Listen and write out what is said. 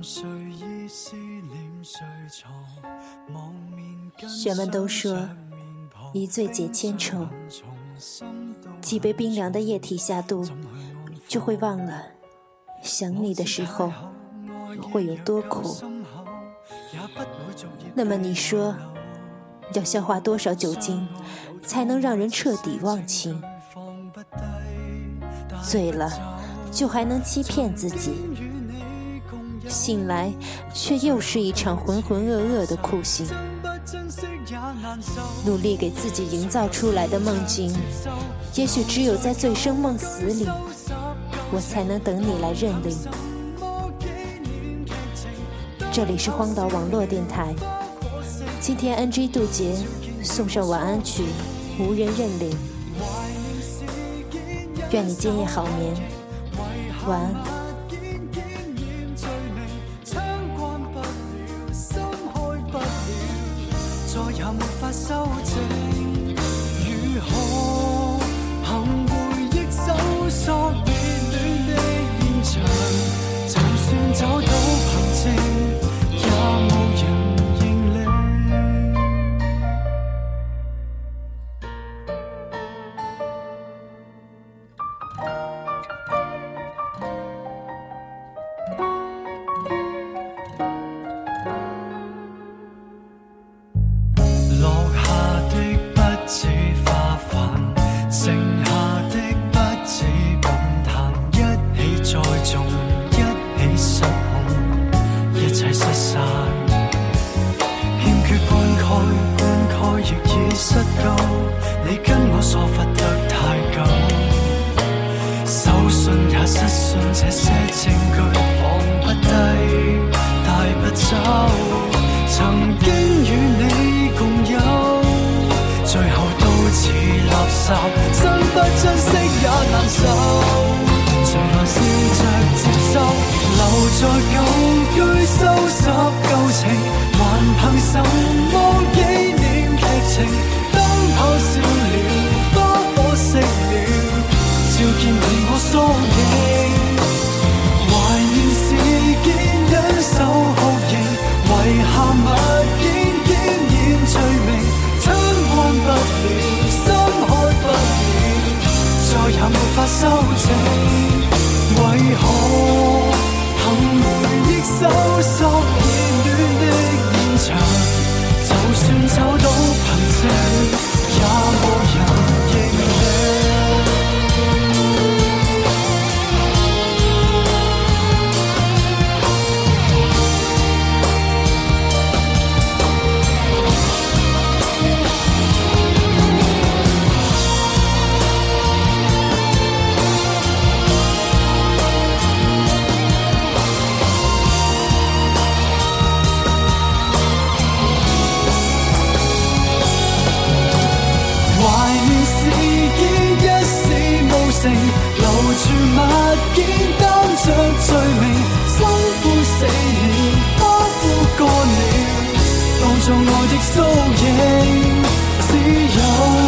学们都说一醉解千愁，几杯冰凉的液体下肚，就会忘了想你的时候会有多苦。那么你说要消化多少酒精才能让人彻底忘情？醉了就还能欺骗自己，醒来却又是一场浑浑噩噩的酷刑。努力给自己营造出来的梦境，也许只有在醉生梦死里，我才能等你来认领。这里是荒岛网络电台，今天 NG 杜杰送上晚安曲《无人认领》，愿你今夜好眠，晚安。 再也沒法修正，如何憑回憶搜索熱戀的現場？就算找到憑證，也無人認領。失夠，你跟我疏忽得太久，收信也失信，這些證據放不低，帶不走。曾經與你共有，最後都似垃圾，真不珍惜也難受。隨來笑着接受，留在舊居收拾舊情，還憑什麼紀念劇情？燈泡燒了，花火熄了，照見你我縮影。懷念事件，忍手酷刑，遺下物件竟然罪名，窗關不了，心開不了，再也沒法修正。為何憑回憶搜索熱戀的現場？就算找到憑證，也無人認領。留住物件，擔着罪名，辛苦死了，花枯乾了，當作愛的縮影，只有